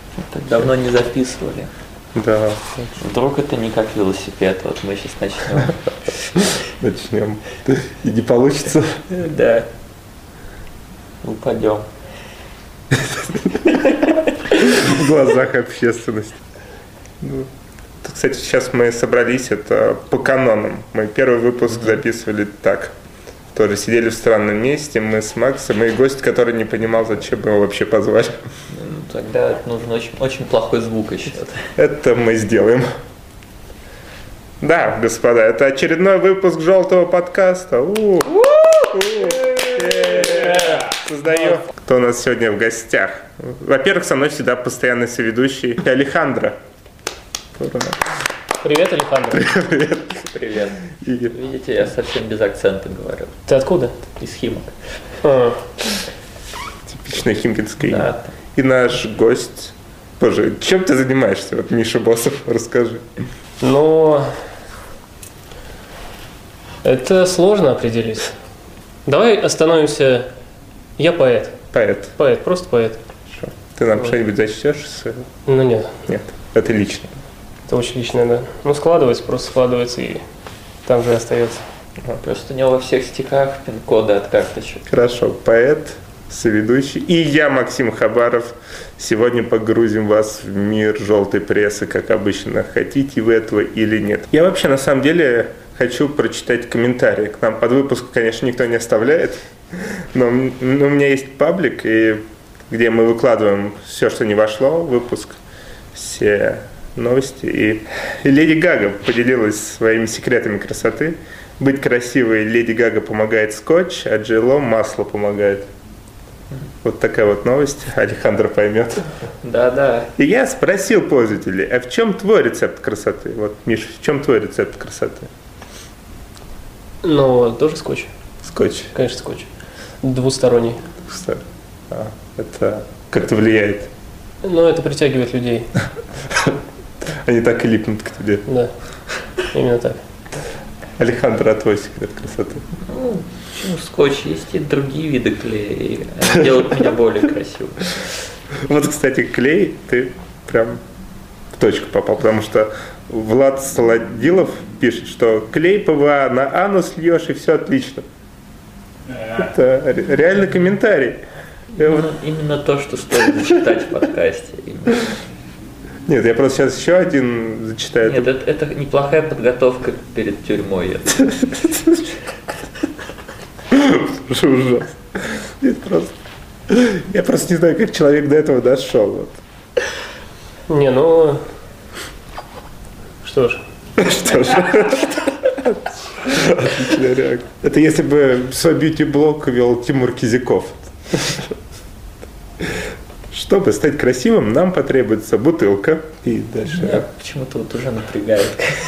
Так давно не записывали. Да. Вдруг это не как велосипед, вот мы сейчас начнем. Начнем. И не получится. Да. Упадем. В глазах общественности. Кстати, сейчас мы собрались, это по канонам. Мы первый выпуск записывали так. Тоже сидели в странном месте, мы с Максом, и гость, который не понимал, зачем мы его вообще позвали. Тогда нужен очень плохой звук еще. Это мы сделаем. Да, господа, это очередной выпуск «Желтого подкаста». Создаем. Кто у нас сегодня в гостях? Во-первых, со мной всегда постоянный соведущий Алехандро. Привет, Алехандро. Привет. Привет. Видите, я совсем без акцента говорю. Ты откуда? Из Химок. Типичное химкинское имя. Да. И наш гость. Боже, чем ты занимаешься? Вот Миша Босов, расскажи. Ну, это сложно определить. Давай остановимся. Я поэт. Поэт. Поэт, просто поэт. Хорошо. Ты нам что-нибудь зачтешь? Ну нет, Нет, это лично. это очень личное, да. Ну, складывается, просто складывается и там же и остается. Просто у него во всех стихах пин-коды от карточек. Хорошо, поэт, соведущий. И я, Максим Хабаров. Сегодня погрузим вас в мир желтой прессы, как обычно. Хотите вы этого или нет? Я вообще, на самом деле, хочу прочитать комментарии. К нам под выпуск, конечно, никто не оставляет. Но у меня есть паблик, где мы выкладываем все, что не вошло в выпуск. Все новости. И Леди Гага поделилась своими секретами красоты. Быть красивой Леди Гага помогает скотч, а Джей Ло масло помогает. Вот такая вот новость. Алехандро поймет. Да. И я спросил пользователей, а в чем твой рецепт красоты? Вот, Миш, в чем твой рецепт красоты? Ну, тоже скотч. Скотч. Конечно, скотч. Двусторонний. Это как-то влияет. Но это притягивает людей. Они так и липнут к тебе. Да, именно так. Алехандро, а твой секрет красоты? Ну, почему скотч? Есть и другие виды клея, и они делают меня более красивым. Вот, кстати, клей, ты прям в точку попал, потому что Влад Солодилов пишет, что клей ПВА на анус льешь, и все отлично. Это реальный комментарий. Именно то, что стоит зачитать в подкасте. Нет, я просто сейчас еще один зачитаю. Нет, это неплохая подготовка перед тюрьмой. Ужасно. Я просто не знаю, как человек до этого дошел. Вот. Не, ну... Что ж. Отличная реакция. Это если бы свой бьюти-блог вел Тимур Кизяков. Чтобы стать красивым, нам потребуется бутылка. И дальше. Меня почему-то вот уже напрягает.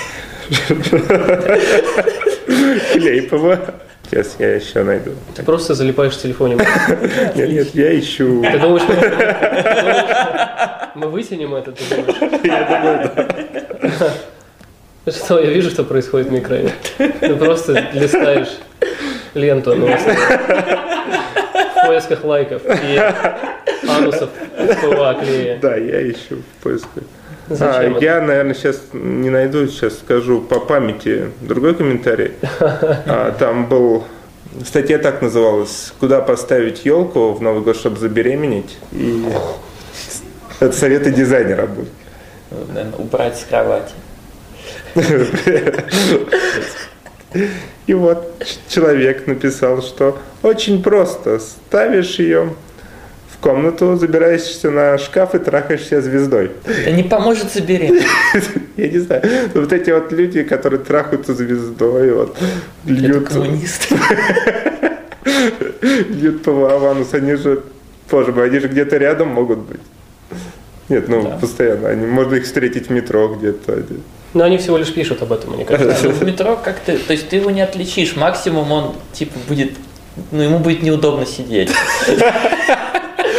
Клей ПВА. Сейчас я еще найду. Ты просто залипаешь в телефоне. Нет, я ищу. Ты думаешь, мы вытянем это, ты думаешь? Я думаю, да. Что, я вижу, что происходит на экране. Ты просто листаешь ленту новостей в поисках лайков и анусов ПВА клея. Да, я ищу в поисках. Зачем это? Я, наверное, сейчас не найду, сейчас скажу по памяти другой комментарий. Там был... Статья так называлась: «Куда поставить елку в Новый год, чтобы забеременеть?» И это советы дизайнера будут. Наверное, убрать с кровати. И вот человек написал, что очень просто. Ставишь ее в комнату, забираешься на шкаф и трахаешься звездой. Это не поможет забеременеть. Я не знаю. Вот эти вот люди, которые трахаются звездой, вот, льют... Это коммунисты. Льют ПВА в анус, они же, боже мой, они же где-то рядом могут быть. Нет, Да. Постоянно. Можно их встретить в метро где-то. Но они всего лишь пишут об этом, мне кажется. В метро как-то, то есть ты его не отличишь, максимум он типа будет, ему будет неудобно сидеть.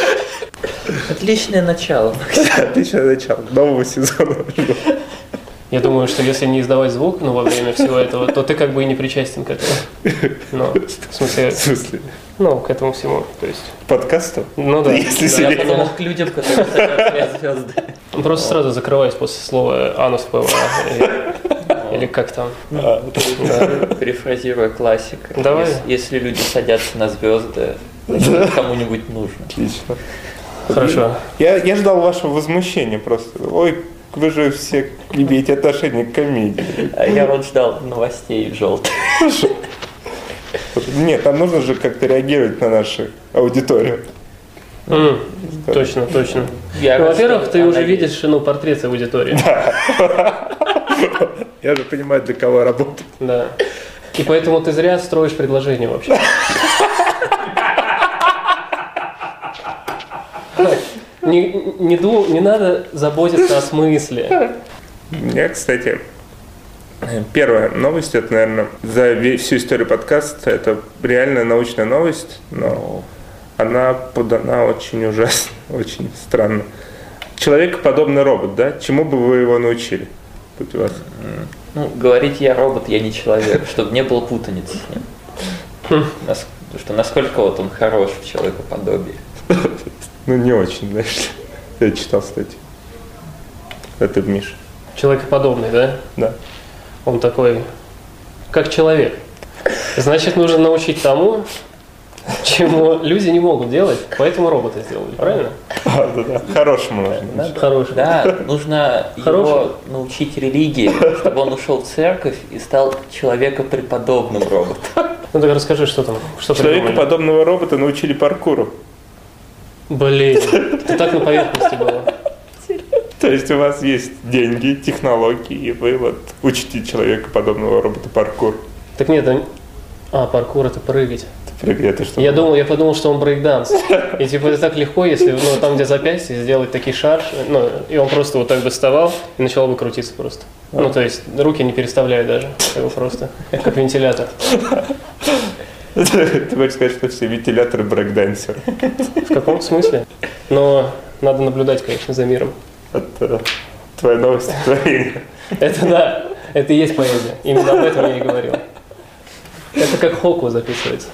Отличное начало. Отличное начало нового сезона. Я думаю, что если не издавать звук, во время всего этого, то ты как бы и не причастен к этому. Ну, в смысле? В смысле? Ну, к этому всему, то есть. Подкасту? Ну да. Если Да. серьезно. Я подумал к людям, которые садятся звезды. Просто сразу закрываюсь после слова анус ПВА. Или как там. А, Перефразируя классика. Давай. Если люди садятся на звезды, значит, кому-нибудь нужно. Отлично. Хорошо. Я ждал вашего возмущения просто. Ой, вы же все имеете отношение к комедии. А я вот ждал новостей желтых. Нет, нам нужно же как-то реагировать на нашу аудиторию. Точно, точно. Я Ну, рад, во-первых, что ты она уже есть. видишь портрет аудитории. Я же понимаю, для кого работать. Да. И поэтому ты зря строишь предложение вообще. Не надо заботиться о смысле. У меня, кстати, первая новость, это, наверное, за всю историю подкаста, это реальная научная новость, но она подана очень ужасно, очень странно. Человекоподобный робот, да? Чему бы вы его научили? Будь у вас. Ну, говорить я робот, я не человек, чтобы не было путаницы с ним. Что насколько вот он хорош в человекоподобии. Ну, не очень, знаешь. Я читал статью. Это Миша. Человекоподобный, да? Да. Он такой, как человек. Значит, нужно научить тому, чему люди не могут делать, поэтому роботы сделали, правильно? Да. Хорошему нужно. Хороший. Да, нужно Хороший. его научить религии, чтобы он ушел в церковь и стал человекопреподобным роботом. Ну так расскажи, что там, что придумали. Человекоподобного робота научили паркуру. Блин, это так на поверхности было. То есть у вас есть деньги, технологии, и вы вот учите человекоподобного робота паркур. Так нет, паркур это прыгать. Это что? Я подумал, что он брейкданс. И типа это так легко, если там, где запястье, сделать такой шар, и он просто вот так бы вставал и начал бы крутиться просто. Ну, то есть руки не переставляют даже, его просто, как вентилятор. Ты хочешь сказать, что все вентиляторы брейкдансеры? В каком смысле? Но надо наблюдать, конечно, за миром. Это твоя новость творения. Это да, это и есть поэзия. Именно об этом я и говорил. Это как Хоку записывается.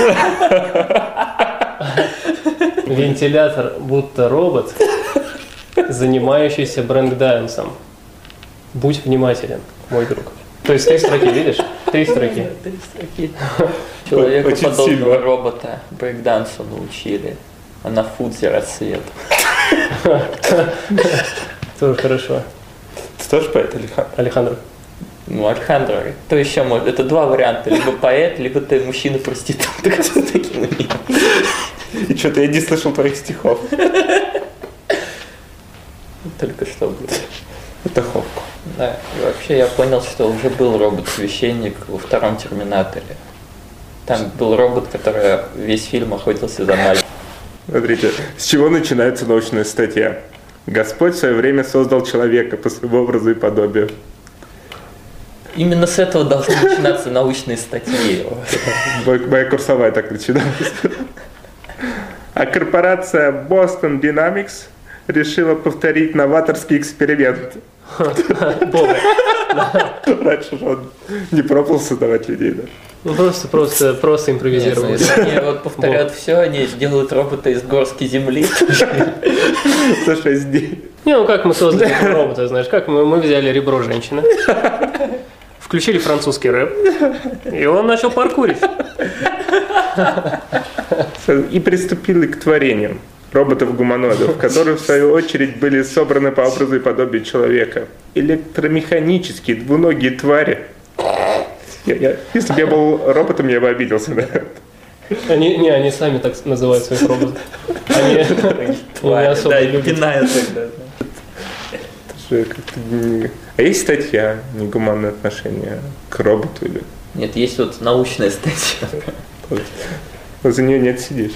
Вентилятор будто робот, занимающийся брейкдансом. Будь внимателен, мой друг. То есть 3 строки, видишь? 3 строки. 3 строки. Очень Человекоподобного сильно. робота брейкдансу научили. А на фудзе рассвет. Тоже хорошо. Ты тоже поэт, Алихан? Алехандро. Ну, Алехандро, кто еще может? Это 2 варианта. Либо поэт, либо ты мужчина-проститут. С таким именем. И что-то я не слышал твоих стихов. Только что было. Это Ховку. Да, и вообще я понял, что уже был робот-священник во 2-м Терминаторе. Там был робот, который весь фильм охотился за мальчиком. Смотрите, с чего начинается научная статья? Господь в свое время создал человека по своему образу и подобию. Именно с этого должны начинаться научные статьи. Моя курсовая так начиналась. А корпорация Boston Dynamics решила повторить новаторский эксперимент. Раньше же он не пробовал создавать людей, да? Ну просто импровизировали. Если они вот повторяют все, они делают робота из горстки земли. За 6 дней. Не, ну как мы создали этого робота, знаешь, как мы взяли ребро женщины, включили французский рэп, и он начал паркурить. И приступили к творениям роботов-гуманоидов, которые в свою очередь были собраны по образу и подобию человека. Электромеханические двуногие твари. Если бы я был роботом, я бы обиделся на это. Они сами так называют своих роботов. Они не особо любят. А есть статья «Негуманное отношение к роботу» или... Нет, есть вот научная статья. Но за нее не отсидишь.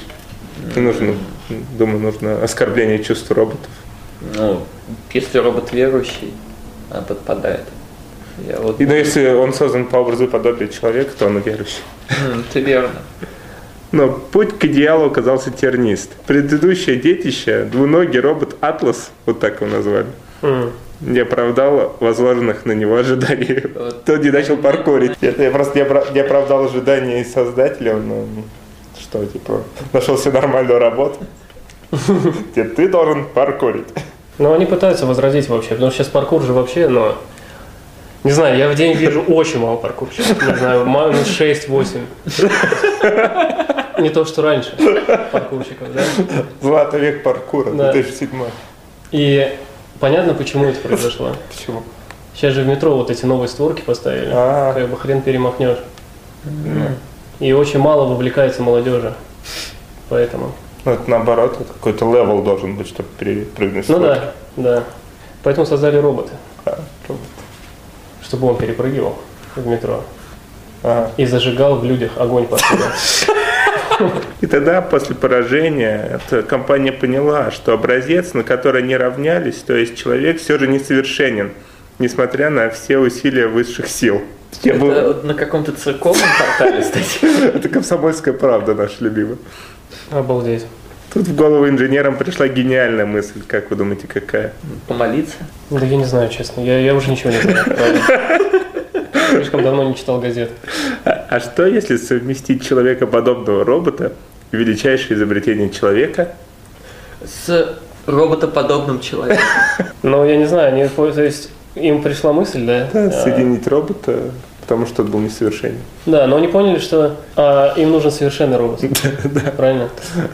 Нужно оскорбление чувств роботов. Ну, если робот верующий, она подпадает. Но если он создан по образу и подобию человека, то он верующий. Это верно. Но путь к идеалу оказался тернист. Предыдущее детище, двуногий робот Атлас, вот так его назвали, не оправдал возложенных на него ожиданий. Тот не начал паркурить. Я просто не оправдал ожиданий создателя. Он что, типа, нашел себе нормальную работу. Ты должен паркурить. Но они пытаются возродить вообще, потому что сейчас паркур же вообще, но... Не знаю, я в день вижу очень мало паркурщиков. Не знаю, минус 6-8. Не то, что раньше паркурщиков, да? Золотой век паркура, Да. 2007. И понятно, почему это произошло. Почему? Сейчас же в метро вот эти новые створки поставили. А. Как бы хрен перемахнешь. И очень мало вовлекается молодежи. Поэтому. Ну, это наоборот, это какой-то левел должен быть, чтобы перепрыгнуть. Ну да, да. Поэтому создали робота, робот. чтобы он перепрыгивал в метро. Ага. И зажигал в людях огонь повсюду. И тогда, после поражения, эта компания поняла, что образец, на который они равнялись, то есть человек все же несовершенен, несмотря на все усилия высших сил. Это вот на каком-то церковном портале, кстати. Это «Комсомольская правда» наша любимая. Обалдеть. Тут в голову инженерам пришла гениальная мысль. Как вы думаете, какая? Помолиться? Да я не знаю, честно. Я уже ничего не знаю. Правда. Слишком давно не читал газет. А что, если совместить человекоподобного робота и величайшее изобретение человека С роботоподобным человеком. Но я не знаю, они, то есть им пришла мысль, да? соединить робота, потому что он был несовершенен? Да, но они поняли, что им нужен совершенный робот. Правильно?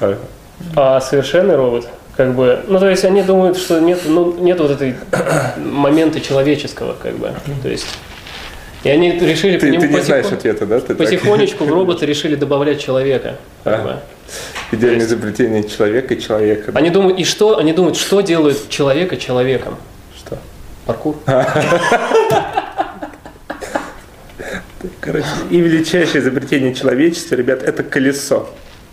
А совершенный робот, как бы, ну то есть они думают, что нет вот этой момента человеческого, как бы, то есть. И они решили Ты не знаешь ответа, да? Потихонечку в робота решили добавлять человека. Как бы. Идеальное изобретение человека и человека. Они думают, что делает человека человеком? Что? Паркур. Короче, и величайшее изобретение человечества, ребят, это колесо.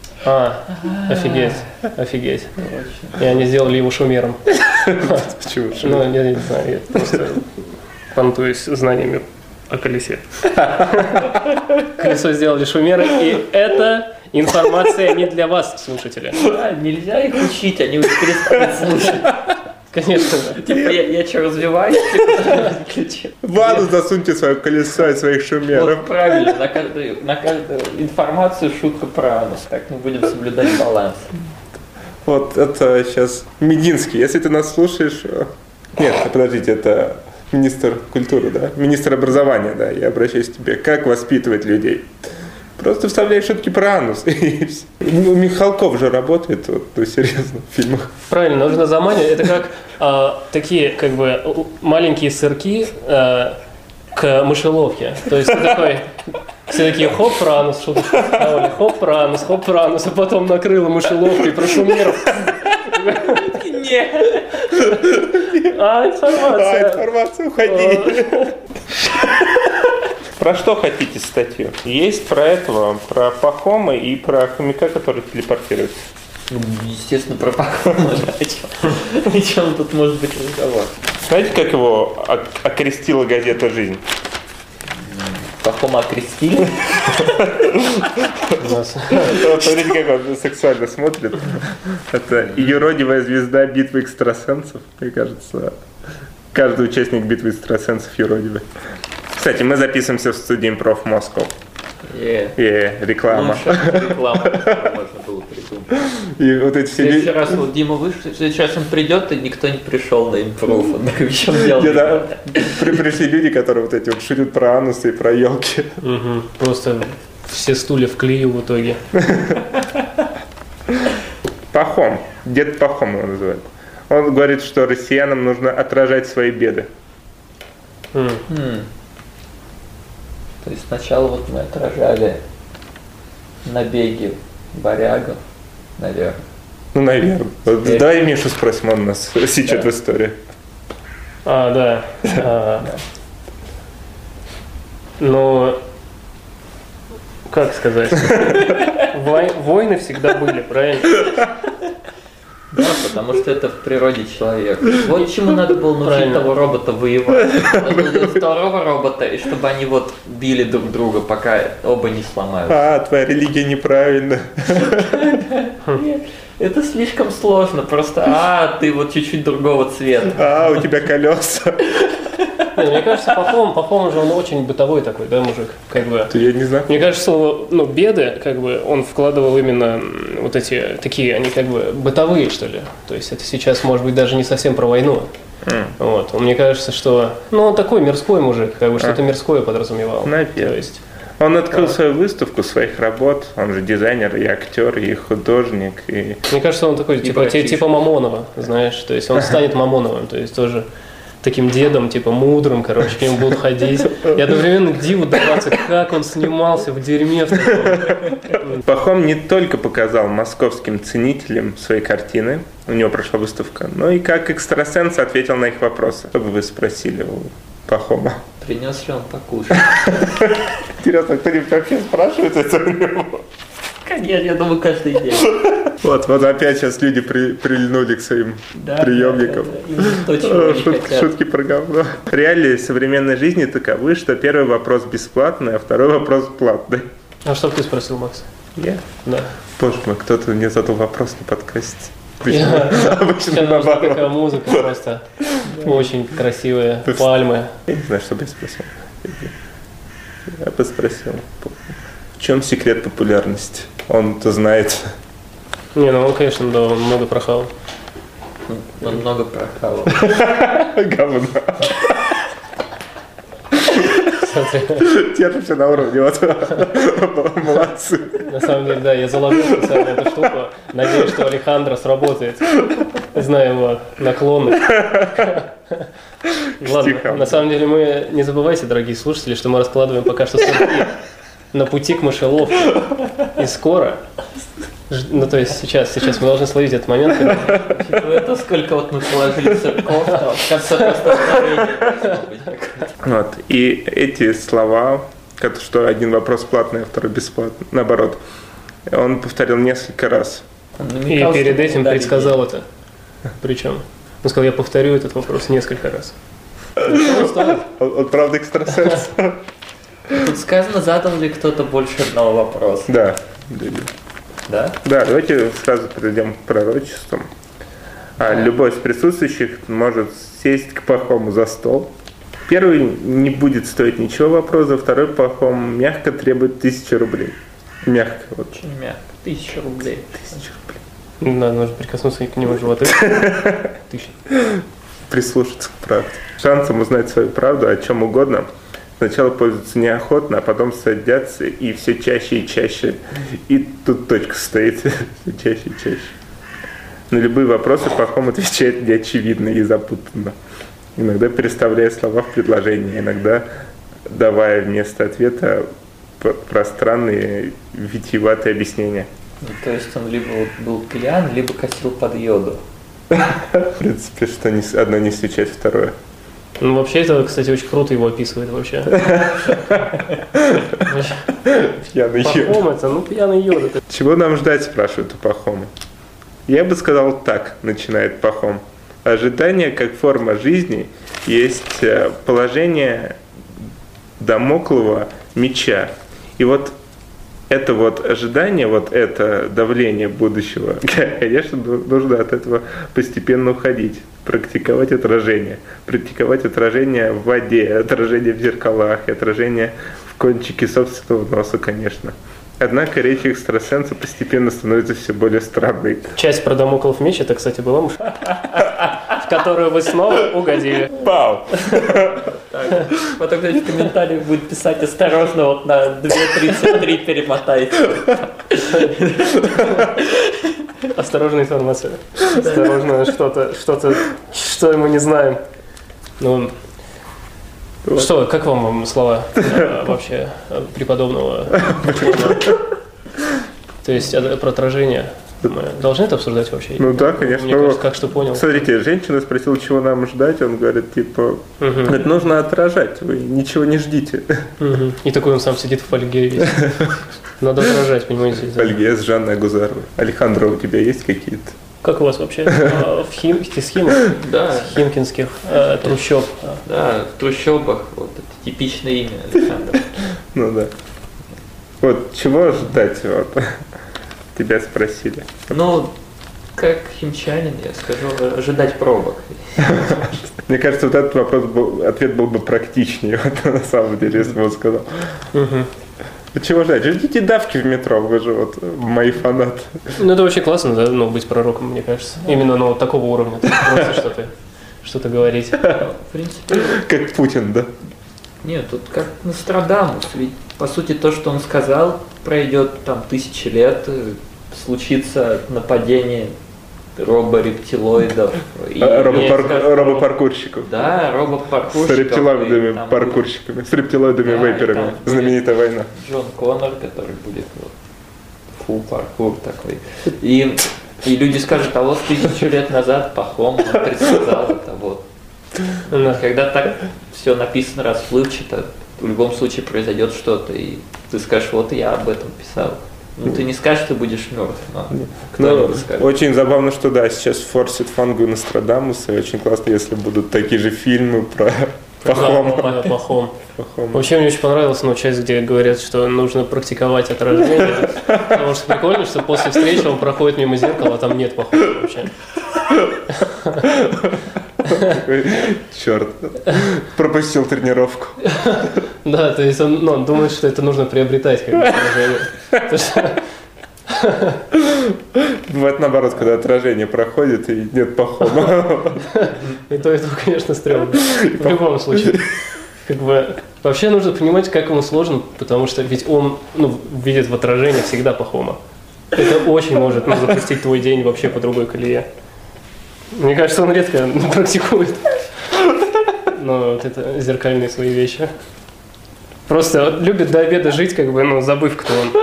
Офигеть. И они сделали его шумером. Почему? Ну, я не знаю, я просто понтуюсь знаниями о колесе. Колесо сделали шумеры, и это информация не для вас, слушатели. Да, нельзя их учить, они уже перестали слушать. Конечно. Типа, я что, развиваюсь? В ванну засуньте свое колесо и своих шумеров. Вот правильно, на каждую информацию шутка про анус. Так мы будем соблюдать баланс. Вот это сейчас Мединский. Если ты нас слушаешь... Нет, подождите, это министр культуры, да? Министр образования, да? Я обращаюсь к тебе. Как воспитывать людей? Просто вставляй шутки про анус. Михалков же работает, вот, ну, серьезно, в фильмах. Правильно, нужно заманивать. Это как такие, как бы, маленькие сырки к мышеловке. То есть ты такой, все такие хоп про анус, шуточку вставили, хоп про анус, а потом накрыла мышеловкой про шумеров. Нет. Информация, уходи. Про что хотите статью? Есть про этого, про Пахома и про хомяка, который телепортируется. Естественно, про Пахома. О чем тут может быть разговор? Знаете, как его окрестила газета «Жизнь»? Пахома окрестили? Смотрите, как он сексуально смотрит. Это юродивая звезда битвы экстрасенсов. Мне кажется, каждый участник битвы экстрасенсов юродивый. Кстати, мы записываемся в студии Improv Moscow. Реклама. Реклама, можно было придумать. И вот эти в следующий раз вот Дима вышел, в следующий раз он придет, и никто не пришел на импров. Он в чем дело? Пришли люди, которые вот эти вот шутят про анусы и про елки. Просто все стулья вклеил в итоге. Пахом. Дед Пахом его называют. Он говорит, что россиянам нужно отражать свои беды. То есть сначала вот мы отражали набеги варягов, наверное. Ну, наверное. Давай Мишу спросим, он нас сечет в истории. Да. Но, как сказать, войны всегда были, правильно? Да, потому что это в природе человека. Вот чему надо было научить того робота воевать. Надо было второго робота, и чтобы они вот били друг друга, пока оба не сломаются. Твоя религия неправильна. Это слишком сложно, просто, ты вот чуть-чуть другого цвета. У тебя колеса. Мне кажется, Пахом же он очень бытовой такой, да, мужик, как бы. Я не знаю. Мне кажется, слово, беды, как бы, он вкладывал именно вот эти такие, они как бы бытовые, что ли. То есть это сейчас, может быть, даже не совсем про войну. Вот. Мне кажется, что, он такой мирской мужик, как бы что-то мирское подразумевал. Наверное. То есть. Он открыл свою выставку своих работ, он же дизайнер, и актер, и художник. И... Мне кажется, он такой, типа Мамонова, знаешь, то есть он станет Мамоновым, то есть тоже таким дедом, типа мудрым, короче, к нему будут ходить. И одновременно к диву даваться, как он снимался в дерьме. Пахом не только показал московским ценителям свои картины, у него прошла выставка, но и как экстрасенс ответил на их вопросы. Что бы вы спросили у Пахома? Принес ли он покушать? Интересно, кто-нибудь вообще спрашивает это у него? Конечно, я думаю, каждый день. Вот опять сейчас люди прильнули к своим приемникам. Шутки про говно. Реалии современной жизни таковы, что первый вопрос бесплатный, а второй вопрос платный. А что ты спросил, Макс? Я? Да. Боже мой, кто-то мне задал вопрос на подкасте. Обычно наоборот. Такая музыка просто. Очень красивые пальмы. Я не знаю, что бы я спросил. Я бы спросил, в чем секрет популярности? Он-то знает. Он, конечно, да, он много прохавал. Он много прохавал. Говно. Держимся на уровне, молодцы. На самом деле, да, я заложил специально эту штуку. Надеюсь, что Алехандро сработает. Знаю его наклонность. Ладно, на самом деле мы, не забывайте, дорогие слушатели, что мы раскладываем пока что сырки на пути к мышеловке. И скоро, то есть сейчас мы должны словить этот момент. Это сколько вот мы положили сырков, в конце просто вот. И эти слова, что один вопрос платный, а второй бесплатный, наоборот, он повторил несколько раз. И перед этим предсказал это. Причем? Он сказал, я повторю этот вопрос несколько раз. Он правда экстрасенс. Тут сказано, задал ли кто-то больше одного вопроса. Да. Да? Да, давайте сразу перейдем к пророчествам. Любой из присутствующих может сесть к Пахому за стол. Первый не будет стоить ничего вопроса, второй Пахом мягко требует 1000 рублей. Мягко. Вот. Очень мягко. 1000 рублей. 1000 рублей. Да, нужно прикоснуться к нему животы. 1000. Прислушаться к правде. Шансом узнать свою правду о чем угодно. Сначала пользуются неохотно, а потом садятся и все чаще и чаще. И тут точка стоит. Все чаще и чаще. На любые вопросы Пахом отвечает неочевидно и запутанно. Иногда переставляя слова в предложение, иногда давая вместо ответа пространные витиеватые объяснения. То есть он либо был пьян, либо косил под йоду. В принципе, что одно не исключает второе. Вообще, это, кстати, очень круто его описывает вообще. Пьяный йод. Пахом это, пьяный йод. Чего нам ждать, спрашивают у Пахома. Я бы сказал так, начинает Пахом. Ожидание как форма жизни есть положение дамоклова меча. И вот это вот ожидание, вот это давление будущего, конечно, нужно от этого постепенно уходить. Практиковать отражение в воде, отражение в зеркалах, отражение в кончике собственного носа, конечно. Однако речь экстрасенса постепенно становится все более странной. Часть про Дамоклов меч, это, кстати, была в которую вы снова угодили. Пау! Потом кто-нибудь в комментариях будет писать осторожно, вот на 2.33 перемотайте. Осторожная информация. Осторожно, что мы не знаем. Что, как вам слова вообще преподобного? То есть про отражение. Мы должны это обсуждать вообще? Ну да, конечно. Мне кажется, как что понял. Смотрите, женщина спросила, чего нам ждать. Он говорит, это нужно отражать, вы ничего не ждите. И такой он сам сидит в фольге весь. Надо отражать, понимаете? Фольге с Жанной Агузаровой. Алехандро, у тебя есть какие-то? Как у вас вообще? В Химках? Да. С химкинских трущоб. Да, в трущобах. Вот это типичное имя Александра. Ну да. Вот, чего ждать? Вот. Тебя спросили. как химчанин, я скажу, ожидать пробок. Мне кажется, вот этот ответ был бы практичнее, вот, на самом деле, если бы он сказал. Чего ждать? Ждите давки в метро, вы же вот мои фанаты. Ну, это вообще классно, да, ну, быть пророком, мне кажется. Именно, ну, такого уровня. Просто что-то говорить. В принципе... Как Путин, да? Нет, тут как Нострадамус. Ведь, по сути, то, что он сказал, пройдет там 1000 лет, случится нападение роборептилоидов. Робопаркурщиков. Да, робопаркурщиков. С рептилоидами паркурщиками. С рептилоидами-вейперами. Знаменитая война. Джон Коннор, который будет фул паркур такой. И люди скажут, а вот 1000 лет назад Пахом предсказал это вот. Когда так все написано расплывчато, в любом случае произойдет что-то, и ты скажешь, вот я об этом писал. Ну, ты не скажешь, ты будешь мертв, но кто-нибудь скажет. Очень забавно, что да, сейчас форсит фангу Нострадамуса, и очень классно, если будут такие же фильмы про Пахома. Пахом. Вообще мне очень понравилась часть, где говорят, что нужно практиковать отражение. Потому что прикольно, что после встречи он проходит мимо зеркала, а там нет Пахома вообще. Черт, пропустил тренировку. Да, то есть он думает, что это нужно приобретать как бы отражение. Бывает наоборот, когда отражение проходит и нет Пахома. И то это, конечно, стрёмно. В любом случае. Как бы, вообще нужно понимать, как ему сложно, потому что ведь он видит в отражении всегда Пахома. Это очень может запустить твой день вообще по другой колее. Мне кажется, он редко практикует. Но вот это зеркальные свои вещи. Просто любит до обеда жить, как бы, забыв, кто он.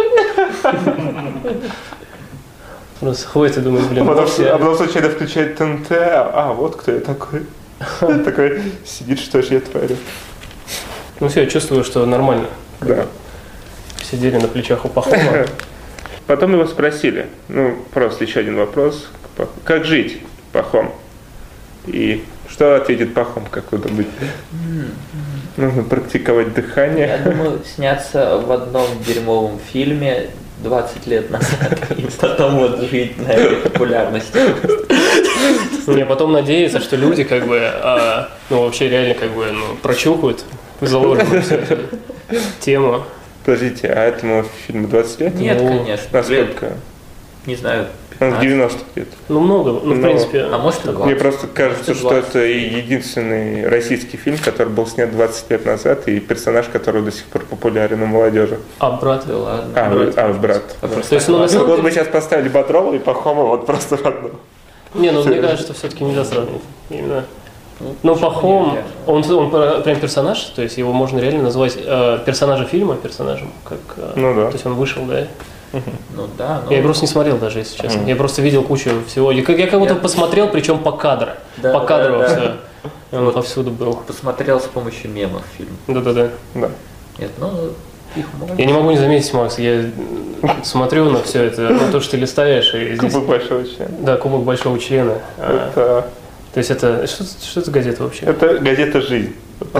Просто ходит и думает, блин, а потом случайно включает ТНТ, вот кто я такой. Он такой сидит, что ж я творю. Ну все, я чувствую, что нормально. Да. Сидели на плечах у Пахома. Потом его спросили, просто еще один вопрос. Как жить, Пахом? И что ответит Пахом, как вы думаете? Нужно практиковать дыхание. Я думаю, сняться в одном дерьмовом фильме 20 лет назад и потом вот жить на этой популярности. Не, потом надеяться, что люди как бы, вообще реально как бы, прочухают заложенную всю эту тему. Подождите, а этому фильму 20 лет? Нет, конечно. Насколько? Не знаю. Он в 90 где-то. Много, в принципе. А может и 20. Мне просто кажется, что это единственный российский фильм, который был снят 20 лет назад, и персонаж, который до сих пор популярен у молодежи. А брат? Да ладно. Брат. То есть, на самом деле... мы сейчас поставили Бодрова и Пахома вот просто в одно. Не, мне кажется, что все-таки нельзя сравнить. Именно. Пахом, он прям персонаж, то есть его можно реально назвать персонажа фильма персонажем. То есть он вышел, да? Да. Я просто не смотрел даже, если честно. Я просто видел кучу всего. Я как будто посмотрел, причем по кадру. По кадру все. Он повсюду был. Посмотрел с помощью мемов фильм. Да. Нет, их можно. Я не могу не заметить, Макс, я смотрю на все это, то, что ты листаешь. И здесь... Кубок большого члена. Да, кубок большого члена. Это... То есть это... Что это газета вообще? Это газета «Жизнь».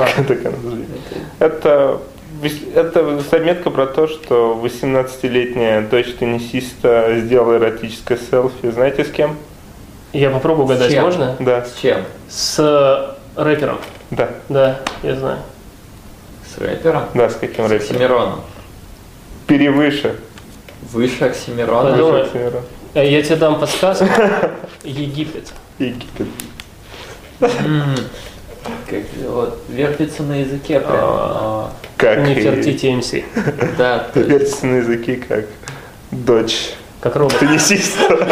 Это заметка про то, что 18-летняя дочь теннисиста сделала эротическое селфи. Знаете, с кем? Я попробую угадать, можно? Да. С чем? С рэпером. Да. Да, я знаю. С рэпером? Да, с каким рэпером? С Оксимироном. Перевыше. Выше Оксимирона. Подумай. Я тебе дам подсказку. Египет. Вот, вертится на языке прям. Как не вертите МС. Да. Вертится на языке, как дочь. Как робот. Теннисиста.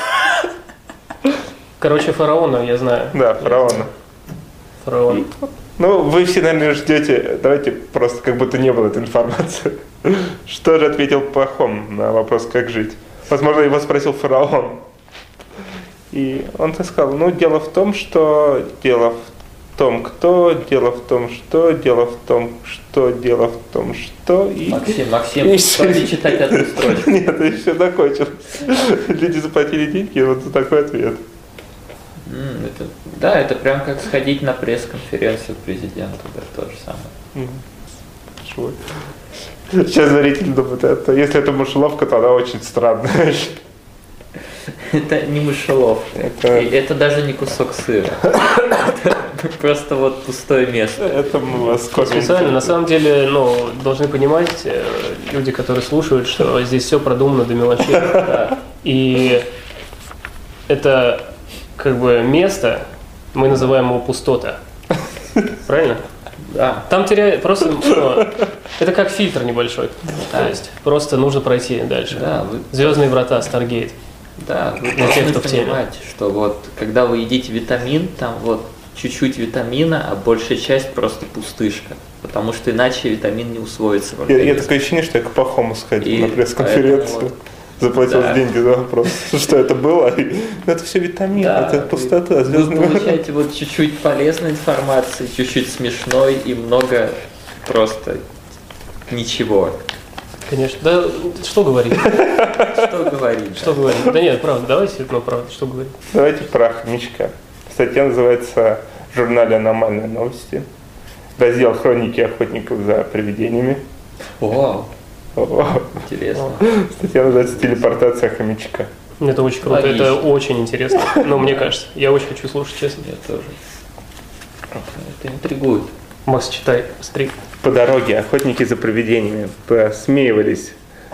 Короче, фараона, я знаю. Да, фараона. Фараон. Вы все, наверное, ждете, давайте просто как будто не было этой информации. Что же ответил Пахом на вопрос, как жить? Возможно, его спросил фараон. И он сказал, дело в том, что, дело в том, кто, дело в том, что, дело в том, что, дело в том, что. И... Максим, хочешь читать эту строчку? Нет, еще закончил. Люди заплатили деньги, и вот за такой ответ. Это прям как сходить на пресс-конференцию президента, да, то же самое. Сейчас зритель думает, если это мышеловка, то она очень странная. Это не мышеловка. Это даже не кусок сыра. Это просто вот пустое место. Это мы вас Специально, на самом деле, должны понимать люди, которые слушают, что здесь все продумано до мелочей. Да. И это как бы место, мы называем его пустота. Правильно? Да. Там просто, это как фильтр небольшой. Да. То есть просто нужно пройти дальше. Да, Звездные врата, Старгейт. Да, вы должны понимать, что вот когда вы едите витамин, там вот чуть-чуть витамина, а большая часть просто пустышка. Потому что иначе витамин не усвоится. Я такое ощущение, что я к Пахому сходил на пресс-конференцию. Заплатил деньги за вопрос, что это было. Это все витамин, это пустота. Вы получаете вот чуть-чуть полезной информации, чуть-чуть смешной и много просто ничего. Конечно. Да что говорить? Что говорить? Что говорить? Да нет, правда, давайте, правда, что говорить? Давайте про хомячка. Статья называется в журнале «Аномальные новости». Раздел «Хроники охотников за привидениями». Вау! Интересно. Статья называется «Телепортация хомячка». Это очень круто, это очень интересно. Мне кажется, я очень хочу слушать, честно. Я тоже. Это интригует. Макс, читай, стрик. По дороге охотники за привидениями посмеивались.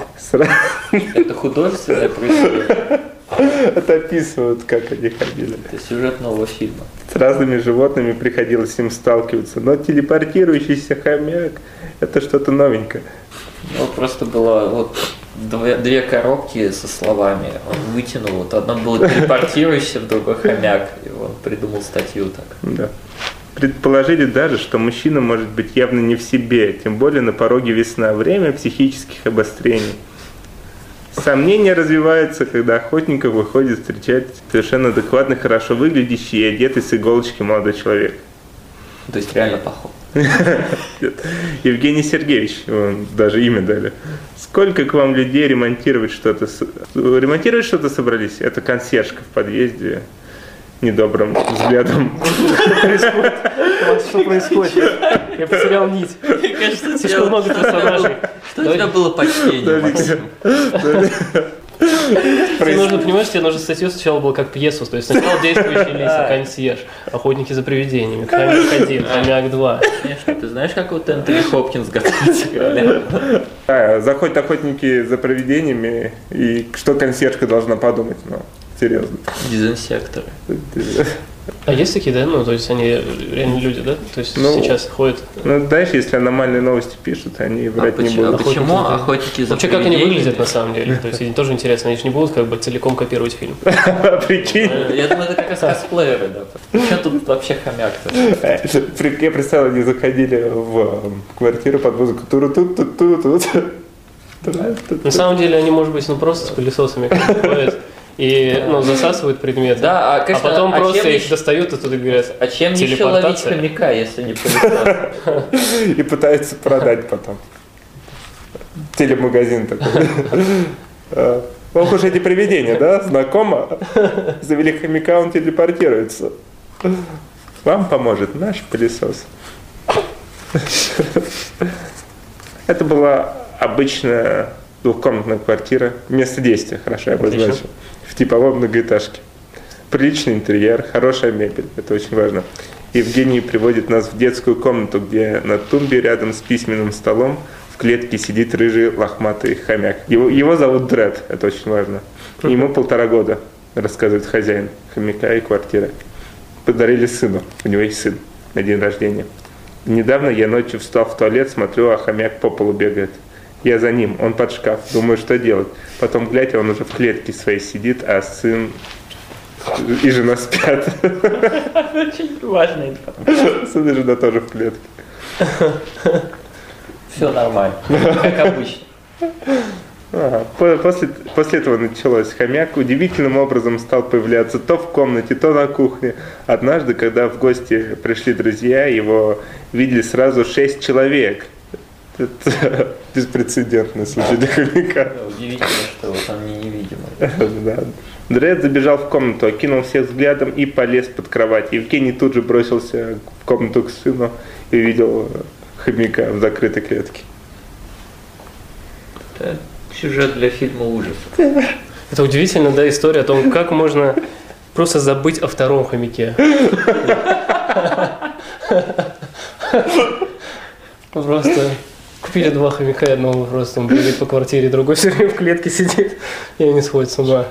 Это художественное произведение. Это описывают, как они ходили. Это сюжет нового фильма. С разными животными приходилось им сталкиваться, но телепортирующийся хомяк – это что-то новенькое. Просто было вот две коробки со словами. Он вытянул. Вот одно было телепортирующийся, в другой хомяк. И он придумал статью так. Да. Предположили даже, что мужчина может быть явно не в себе, тем более на пороге весна, время психических обострений. Сомнения развиваются, когда охотников выходит встречать совершенно адекватный, хорошо выглядящий и одетый с иголочки молодой человек. То есть реально похож. Евгений Сергеевич, даже имя дали. Сколько к вам людей ремонтировать что-то? Ремонтировать что-то собрались? Это консьержка в подъезде. Недобрым взглядом. Что происходит? Я потерял нить. Слишком много персонажей. Что у тебя было почтение, Максим? Тебе нужно понимать, что тебе нужно статью сначала было как пьесу. То есть сначала действующие лица, консьерж, охотники за привидениями, хомяк 1, хомяк 2. Конечно, ты знаешь, как вот Энтони Хопкинс готовится? Заходят охотники за привидениями, и что консьержка должна подумать? Серьезно. Дезинсекторы. А есть такие, да? То есть они реально люди, да? То есть сейчас ходят. Знаешь, если аномальные новости пишут, они врать не будут. А почему охотники за вообще, как они выглядят на самом деле? То есть, тоже интересно, они же не будут как бы целиком копировать фильм. Прикинь. Я думаю, это как раз косплееры, да. Что тут вообще хомяк-то? Я представил, они заходили в квартиру под музыку. Туру-тут-тут-тут. На самом деле они, может быть, просто с пылесосами ходят. И засасывают предметы, да, конечно, потом просто их достают оттуда и говорят, а чем еще ловить хомяка, если не пылесос? И пытаются продать потом. Телемагазин такой. Ох уж эти привидения, да? Знакомо? Завели хомяка, он телепортируется. Вам поможет наш пылесос. Это была обычная двухкомнатная квартира. Место действия, хорошо я обозначил. В типовой многоэтажке. Приличный интерьер, хорошая мебель, это очень важно. Евгений приводит нас в детскую комнату, где на тумбе рядом с письменным столом в клетке сидит рыжий лохматый хомяк. Его зовут Дред, это очень важно. Ему 1,5 года, рассказывает хозяин хомяка и квартиры. Подарили сыну, у него есть сын, на день рождения. Недавно я ночью встал в туалет, смотрю, а хомяк по полу бегает. Я за ним, он под шкаф, думаю, что делать. Потом, глядя, он уже в клетке своей сидит, а сын и жена спят. Очень важная информация. Сын и жена тоже в клетке. Все нормально, как обычно. После этого началось. Хомяк удивительным образом стал появляться то в комнате, то на кухне. Однажды, когда в гости пришли друзья, его видели сразу 6 человек. Это беспрецедентный случай для хомяка. Удивительно, что вот он невидимый. Да. Дред забежал в комнату, окинул всех взглядом и полез под кровать. Евгений тут же бросился в комнату к сыну и увидел хомяка в закрытой клетке. Это сюжет для фильма ужасов. Это удивительно, да, история о том, как можно просто забыть о втором хомяке. Просто купили 2 хомяка, и одного просто он бегает по квартире, другой все время в клетке сидит, и они сходят с ума.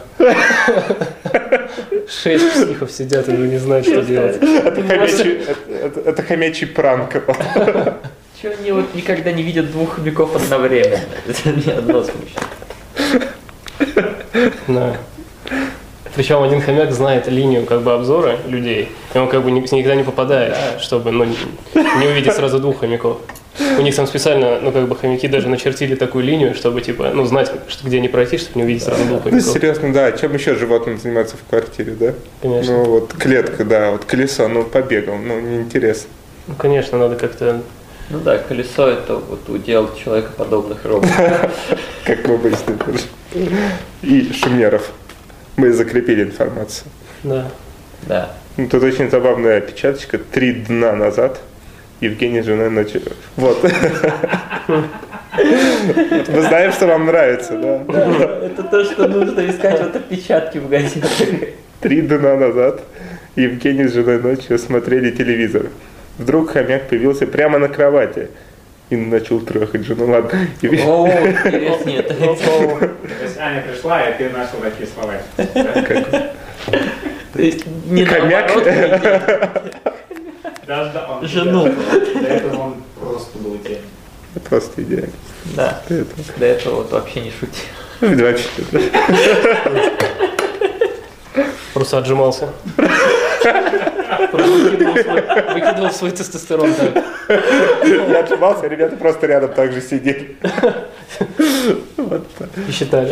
6 психов сидят и не знают, что делать. Это хомячий пранк. Чего они вот никогда не видят 2 хомяков одновременно? Это ни одно смущает. Да. Причем один хомяк знает линию как бы обзора людей, и он как бы никогда не попадает, чтобы не увидеть сразу 2 хомяков. У них там специально, как бы хомяки даже начертили такую линию, чтобы типа, знать, где не пройти, чтобы не увидеть сразу 2 хомяков. Серьезно, да. Чем еще животным заниматься в квартире, да? Конечно. Вот клетка, да, вот колесо, побегал, неинтересно. Конечно, надо как-то... Ну да, колесо это вот удел человекоподобных роботов. Как мы выяснили. И шумеров. Мы закрепили информацию. Да. Да. Тут очень забавная опечаточка. 3 дна назад. Евгений с женой ночью. Вот. Мы знаем, что вам нравится, да? Это то, что нужно искать вот опечатки в газетах. 3 дна назад Евгений с женой ночью смотрели телевизор. Вдруг хомяк появился прямо на кровати и начал трахать жену. Ладно. О, интереснее. То есть Аня пришла, и ты начал такие слова. То есть не хомяк? Даже он жену. До этого он просто был идеальный. Просто идеально. Да. До этого вот вообще не шути. Вообще. Просто отжимался. Просто выкидывал свой тестостерон. Так. Я отжимался, ребята просто рядом так же сидели. И считали.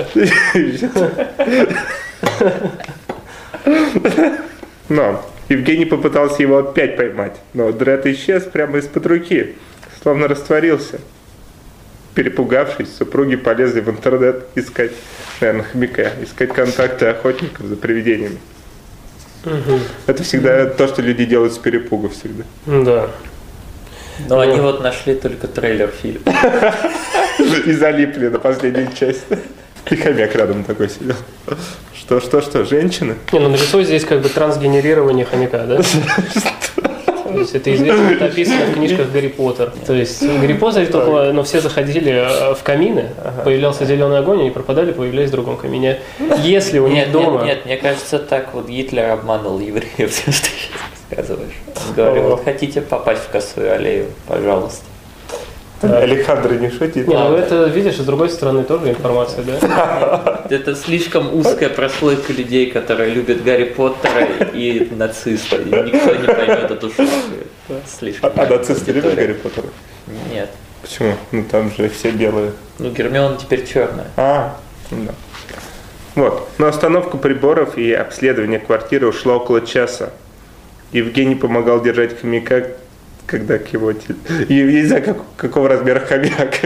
Но Евгений попытался его опять поймать, но Дред исчез прямо из-под руки, словно растворился. Перепугавшись, супруги полезли в интернет искать, наверное, хомяка, искать контакты охотников за привидениями. Угу. Это всегда то, что люди делают с перепугу всегда. Да. Но они вот нашли только трейлер фильма. И залипли на последнюю часть. И хомяк рядом такой сидел. Что, женщины? Нарисуй здесь как бы трансгенерирование хомяка, да? То есть это известно, это описано в книжках Гарри Поттер. То есть в Гарри Поттере только, но все заходили в камины, появлялся зеленый огонь, они пропадали, появлялись в другом камине. Если у них дома... Нет, мне кажется, так вот Гитлер обманул евреев, все, что ты сейчас рассказываешь. Он говорил, вот хотите попасть в Косую аллею, пожалуйста. Александр не шутит. Это, видишь, с другой стороны тоже информация, да? Это слишком узкая прослойка людей, которые любят Гарри Поттера и нацисты. И никто не поймет эту шутку. Слишком. А нацисты любят Гарри Поттера? Нет. Почему? Там же все белые. Гермиона теперь черная. Да. Вот. На остановку приборов и обследование квартиры ушло около часа. Евгений помогал держать хомяка, когда к его телу... Я не знаю, какого размера хомяк.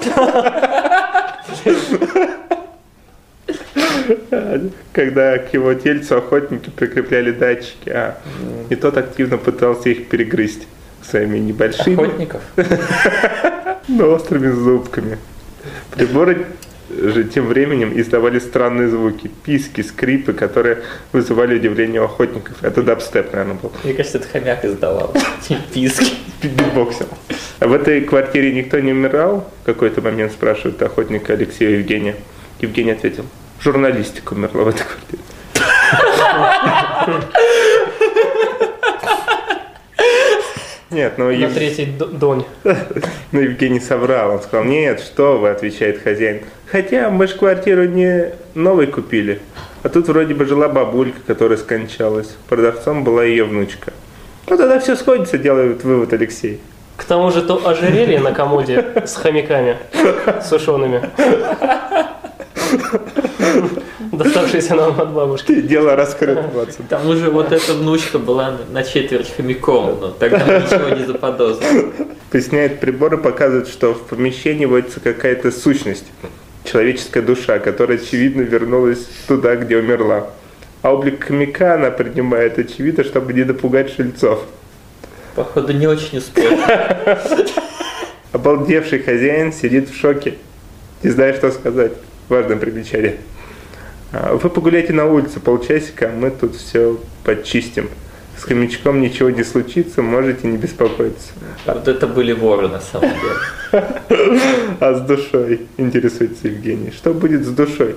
Когда к его тельцу охотники прикрепляли датчики, и тот активно пытался их перегрызть своими небольшими... Охотников? Но острыми зубками. Приборы же тем временем издавали странные звуки, писки, скрипы, которые вызывали удивление у охотников. Это дабстеп, наверное, был. Мне кажется, это хомяк издавал. Писки. Битбоксил. А в этой квартире никто не умирал? В какой-то момент спрашивает охотника Алексея Евгения. Евгений ответил: журналистика умерла в этой квартире. Нет, На третий донь. Но Евгений соврал. Он сказал: нет, что вы, отвечает хозяин. Хотя мы же квартиру не новой купили. А тут вроде бы жила бабулька, которая скончалась. Продавцом была ее внучка. Ну тогда все сходится, делает вывод Алексей. К тому же то ожерелье на комоде с хомяками сушеными, доставшееся нам от бабушки. Дело раскрыто, Ватсон. К тому же вот эта внучка была на четверть хомяком, но тогда ничего не заподозрил. Поясняет, приборы показывают, что в помещении водится какая-то сущность, человеческая душа, которая, очевидно, вернулась туда, где умерла. А облик хомяка она принимает, очевидно, чтобы не напугать жильцов. Походу, не очень успел. Обалдевший хозяин сидит в шоке, не зная, что сказать. Важное примечание. Вы погуляйте на улице полчасика, мы тут все подчистим. С хомячком ничего не случится, можете не беспокоиться. Вот это были воры на самом деле. А с душой, интересуется Евгений. Что будет с душой?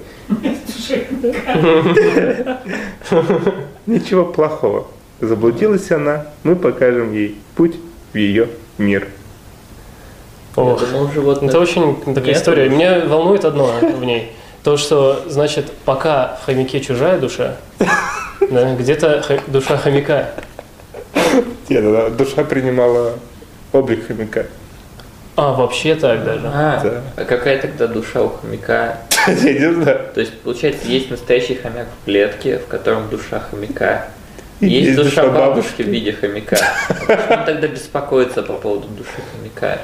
Ничего плохого. Заблудилась она, мы покажем ей путь в ее мир. Ох, Я думал, животных это очень такая нет. история. Меня волнует одно в ней. То, что, значит, пока в хомяке чужая душа, да, где-то душа хомяка. Нет, душа принимала облик хомяка. А, вообще так даже. Да. А какая тогда душа у хомяка? Я не знаю. То есть, получается, есть настоящий хомяк в клетке, в котором душа хомяка. Есть Есть душа душа бабушки в виде хомяка. Почему он тогда беспокоится по поводу души хомяка?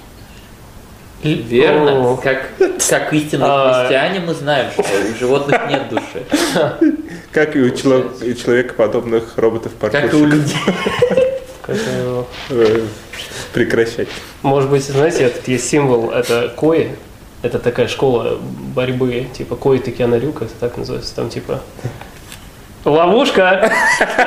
Верно. О. Как истинные христиане мы знаем, что у животных нет души. Как и у человекоподобных роботов-паркурщиков. Как и у людей. Прекращать. Может быть, знаете, этот есть символ, это кои. Это такая школа борьбы, типа кои Киану Ривз, это так называется, там типа ловушка.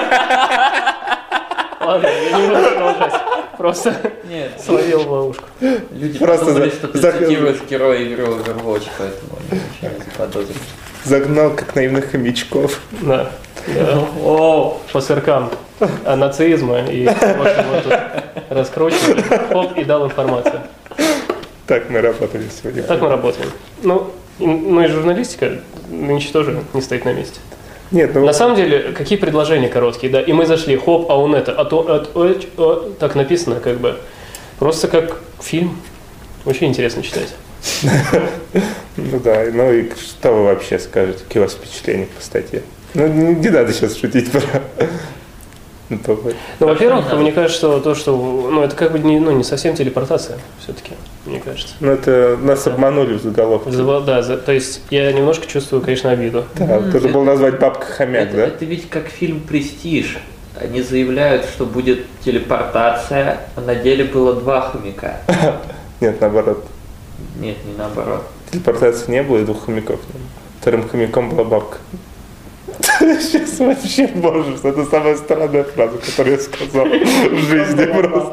Ладно, я не буду продолжать. Просто Нет, словил в ловушку. люди Просто подумали, что ты за- цитируешь героя игры Overwatch, поэтому они ничего не заподозрили. Загнал, как наивных хомячков. Да. Да. О, по сыркам нацизма и вот тут раскручивали, хоп, и дал информацию. Так мы работали сегодня. Так мы работаем. Ну и журналистика нынче тоже не стоит на месте. Нет, ну На самом деле, какие предложения короткие, да? И мы зашли, хоп, а он это, так написано, как бы. Просто как фильм. Очень интересно читать. ну да, ну и что вы вообще скажете, какие у вас впечатления по статье? Ну не надо сейчас шутить про... Ну, Ну, во-первых, мне кажется, что то, что, это как бы не совсем телепортация, все-таки, мне кажется. Ну это нас обманули в заголовке. Да, то есть я немножко чувствую, конечно, обиду. Да, вот это было назвать бабка-хомяк, да? Это ведь как фильм «Престиж». Они заявляют, что будет телепортация, а на деле было 2 хомяка. Нет, наоборот. Нет, не наоборот. Телепортации не было и 2 хомяков не было. Вторым хомяком была бабка. Сейчас вообще, боже, это самая странная фраза, которую я сказал в жизни просто.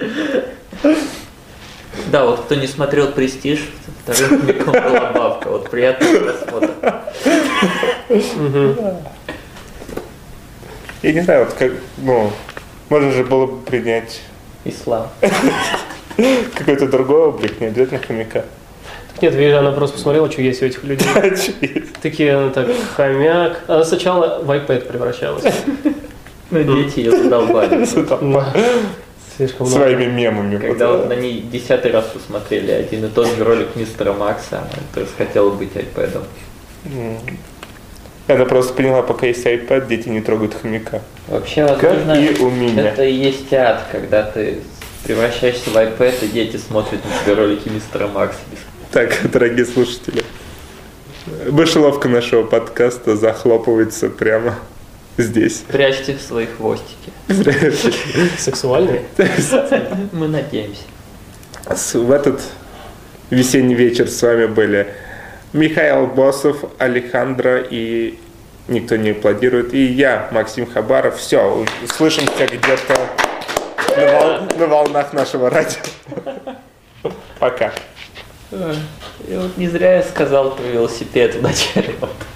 Да, вот кто не смотрел «Престиж», вторым хомяком была бабка. Вот приятного просмотра. Я не знаю, вот как, можно же было бы принять Ислам. какой-то другой облик, не обязательно хомяка. Нет, видишь, она просто посмотрела, что есть у этих людей. Такие, она так, хомяк. Она сначала в iPad превращалась. Ну, дети ее задолбали. Слишком много. Своими мемами. Когда вот на ней 10-й раз посмотрели один и тот же ролик мистера Макса, она как раз хотела быть айпэдом. Она просто поняла, пока есть iPad, дети не трогают хомяка. Вообще, Как возможно, и у меня. это и есть ад, когда ты превращаешься в iPad, и дети смотрят на тебя ролики мистера Макса. Так, дорогие слушатели, мышеловка нашего подкаста захлопывается прямо здесь. Прячьте свои хвостики. Сексуальные? Мы надеемся. В этот весенний вечер с вами были Михаил Босов, Алехандро и никто не аплодирует, и я, Максим Хабаров. Все, услышимся где-то на волнах нашего радио. Пока. И вот не зря я сказал про велосипед в начале.